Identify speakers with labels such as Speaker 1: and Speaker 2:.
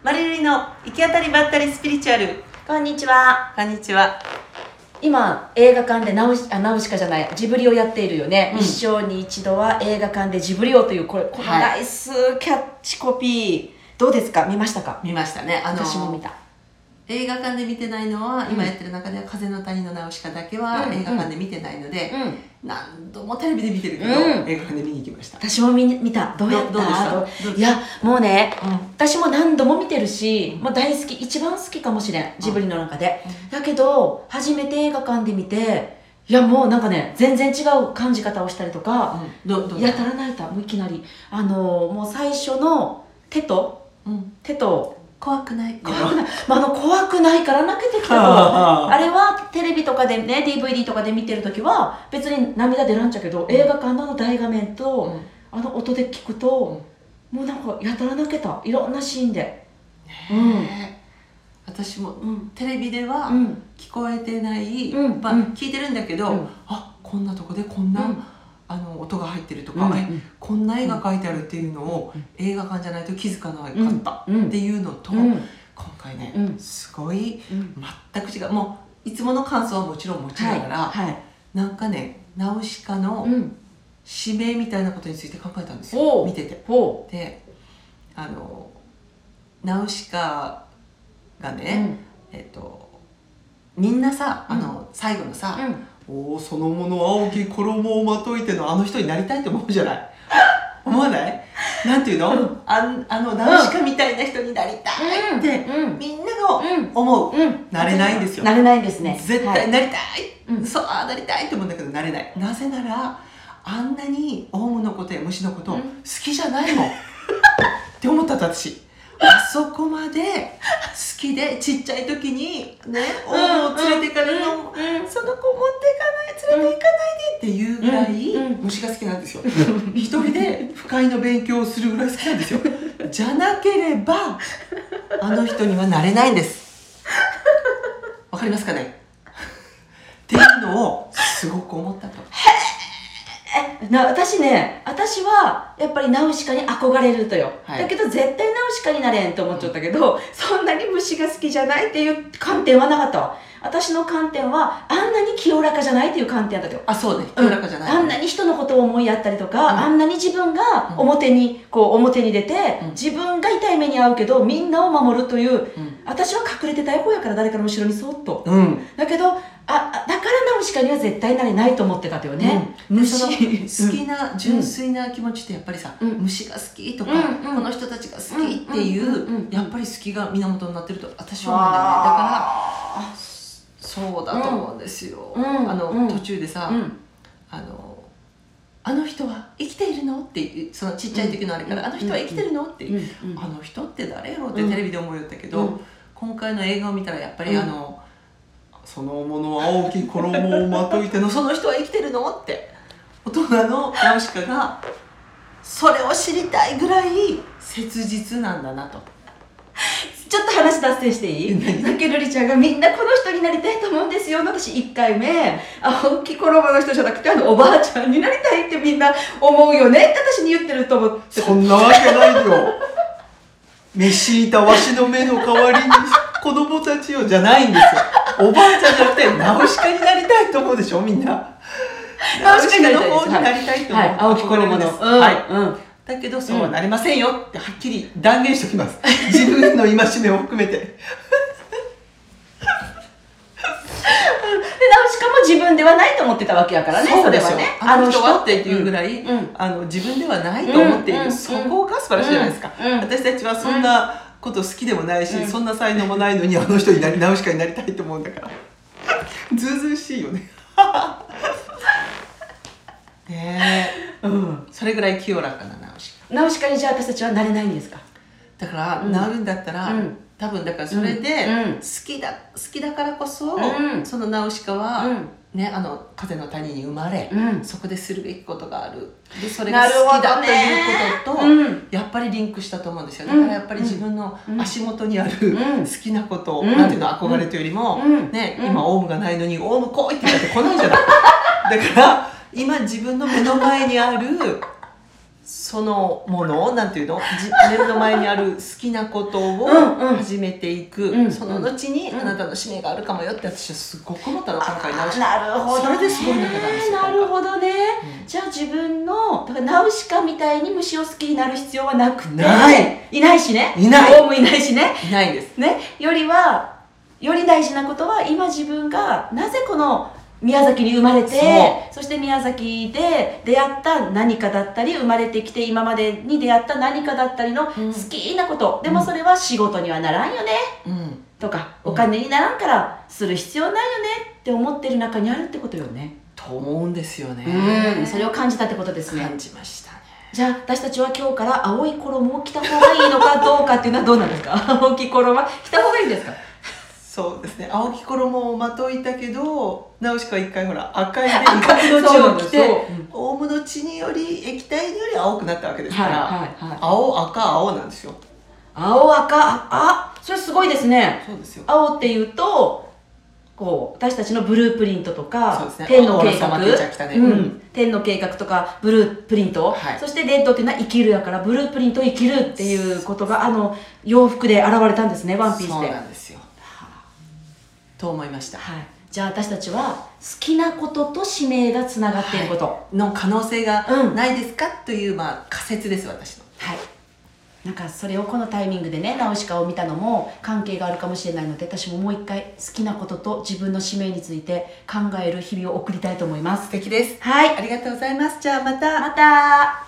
Speaker 1: マリルリの行き当たりばったりスピリチュアル。
Speaker 2: こんにちは。
Speaker 1: こんにちは。
Speaker 2: 今映画館でナウシカじゃないジブリをやっているよね、
Speaker 1: うん、
Speaker 2: 一生に一度は映画館でジブリをというこのナイスキャッチコピー、どうですか？見ましたか？
Speaker 1: 見ましたね。
Speaker 2: 私も見た。
Speaker 1: 映画館で見てないのは、今やってる中では風の谷のナウシカだけは映画館で見てないので、何度もテレビで見てるけど、映画館で見に行きました。
Speaker 2: 私も見た。どうやった？
Speaker 1: どうでした？
Speaker 2: いやもうね、私も何度も見てるし、もう大好き、一番好きかもしれん、ジブリの中で、だけど初めて映画館で見て、いやもうなんかね、全然違う感じ方をしたりとか、やたら泣いた。もういきなりもう最初の手と
Speaker 1: 怖くない、
Speaker 2: 怖くないから泣けてきたと。あれはテレビとかでね、 DVD とかで見てるときは別に涙出らんちゃうけど、映画館の大画面と、音で聞くと、もうなんかやたら泣けた。いろんなシーンで、
Speaker 1: 私も、テレビでは聞こえてない、聞いてるんだけど、あ、こんなとこでこんな、音が入ってるとか、こんな絵が描いてあるっていうのを映画館じゃないと気づかなかったっていうのと、今回ね、すごい全く違う。もういつもの感想はもちろん持ちながら、なんかね、ナウシカの使命みたいなことについて考えたんですよ、見てて。で、ナウシカがね、みんなさ、最後のさ、おお、そのもの青き衣をまといてのあの人になりたいと思うじゃない？思わない？なんていうの？ナウシカみたいな人になりたいってみんなが思う。なれないんですよ。
Speaker 2: なれないんですね。
Speaker 1: 絶対なりたい、そう、なりたいと思うんだけどなれない。なぜなら、あんなにオウムのことや虫のこと好きじゃないもんって思ったと、私。あそこまで好きで、ちっちゃい時にね、オウムを連れてかれるの、その子持っていかない、連れていかないでっていうぐらい虫が好きなんですよ。一人で不快の勉強をするぐらい好きなんですよ。じゃなければあの人にはなれないんです。わかりますかね？っていうのをすごく思ったと。
Speaker 2: 私はやっぱりナウシカに憧れるとよ、だけど絶対ナウシカになれんと思っちゃったけど、そんなに虫が好きじゃないっていう観点はなかったわ。私の観点はあんなに清らかじゃないっていう観点だったよ。
Speaker 1: あ、そうね、清らかじゃない、
Speaker 2: あんなに人のことを思いやったりとか、あんなに自分が表に出て、自分が痛い目に遭うけどみんなを守るという、私は隠れてたい方やから、誰かの後ろにそっと、だけどだからナウシカには絶対なれないと思ってたよね。
Speaker 1: その好きな純粋な気持ちってやっぱりさ、虫が好きとか、この人たちが好きっていう、やっぱり好きが源になってると私は思うんだよね。だからそうだと思うんですよ。途中でさ、あの人は生きているのっていう、そのちっちゃい時のあれから、あの人は生きてるのっていう、あの人って誰やろってテレビで思いよったけど、今回の映画を見たらやっぱりそのものは青き衣をまといてのその人は生きてるのって、大人のナウシカがそれを知りたいぐらい切実なんだなと。
Speaker 2: ちょっと話脱線していい？さっきルリちゃんがみんなこの人になりたいと思うんですよ。私1回目、青き衣の人じゃなくておばあちゃんになりたいってみんな思うよねって私に言ってると思って。
Speaker 1: そんなわけないよ。召しいたわしの目の代わりに子供たちよじゃないんですよ。おばあちゃんじゃなくてナウシカになりたいと思うでしょ、みんな。ナウシカの方になりたいと思う。
Speaker 2: 青き衣の。
Speaker 1: だけどそうはなりませんよってはっきり断言しておきます。自分の戒めを含めて。で、
Speaker 2: ナウシカも自分ではないと思ってたわけやからね。
Speaker 1: そうですよ。
Speaker 2: それはね。
Speaker 1: あの人はっていうぐらい、自分ではないと思っている、そこが素晴らしいじゃないですか。私たちはそんなこと好きでもないし、そんな才能もないのにあの人にナウシカになりたいと思うんだから。ずうずうしいよね。ねえ、それぐらい清らかなナウシカ。
Speaker 2: ナウシカにじゃあ私たちはなれないんですか？
Speaker 1: だから、なるんだったら、多分だからそれで、好きだからこそ、そのナウシカは、ね、風の谷に生まれ、そこでするべきことがある。で、それが好きだということと、やっぱりリンクしたと思うんですよ。だからやっぱり自分の足元にある好きなこと、なんていうの、憧れというよりも、ね、今オウムがないのに、オウム来いって言って来ないじゃない。だから、今自分の目の前にある、 そのものなんていうの、目の前にある好きなことを始めていく、その後にあなたの使命があるかもよって私はすごく思ったの、今回ナウシカ。
Speaker 2: なるほどね。
Speaker 1: それですごい泣けたんですよ。
Speaker 2: なるほどね、じゃあ自分のだからナウシカみたいに虫を好きになる必要はなくて、いないしね、
Speaker 1: いない、
Speaker 2: オウムいないしね、
Speaker 1: いないです
Speaker 2: ね、より大事なことは今自分がなぜこの宮崎に生まれて、そして宮崎で出会った何かだったり、生まれてきて今までに出会った何かだったりの好きなこと、でもそれは仕事にはならんよね、とかお金にならんからする必要ないよねって思ってる中にあるってことよね。
Speaker 1: と思うんですよね。
Speaker 2: それを感じたってことですね。
Speaker 1: 感じましたね。
Speaker 2: じゃあ私たちは今日から青い衣を着た方がいいのかどうかっていうのはどうなんですか？青き衣は着た方がいいんですか？
Speaker 1: そうですね、青き衣をまといたけど、ナウシカは一回ほら赤いで威嚇の血を着て、オウムの血により液体により青くなったわけですから、青赤青なんですよ。
Speaker 2: 青赤、それすごいですね。
Speaker 1: そうですよ。
Speaker 2: 青っていうとこう私たちのブループリントとか、
Speaker 1: ね、
Speaker 2: 天の計画、
Speaker 1: 天
Speaker 2: の計画とかブループリント、そしてレッドっていうのは生きるやから、ブループリントを生きるっていうことが洋服で現れたんですね、ワンピースで。
Speaker 1: そうなんですよ、と思いました。
Speaker 2: じゃあ私たちは好きなことと使命がつながっていること、
Speaker 1: の可能性がないですか、という仮説です、私の。
Speaker 2: なんかそれをこのタイミングでね、ナウシカを見たのも関係があるかもしれないので、私ももう一回好きなことと自分の使命について考える日々を送りたいと思います。
Speaker 1: 素敵です。
Speaker 2: あ
Speaker 1: りがとうございます。じゃあまた。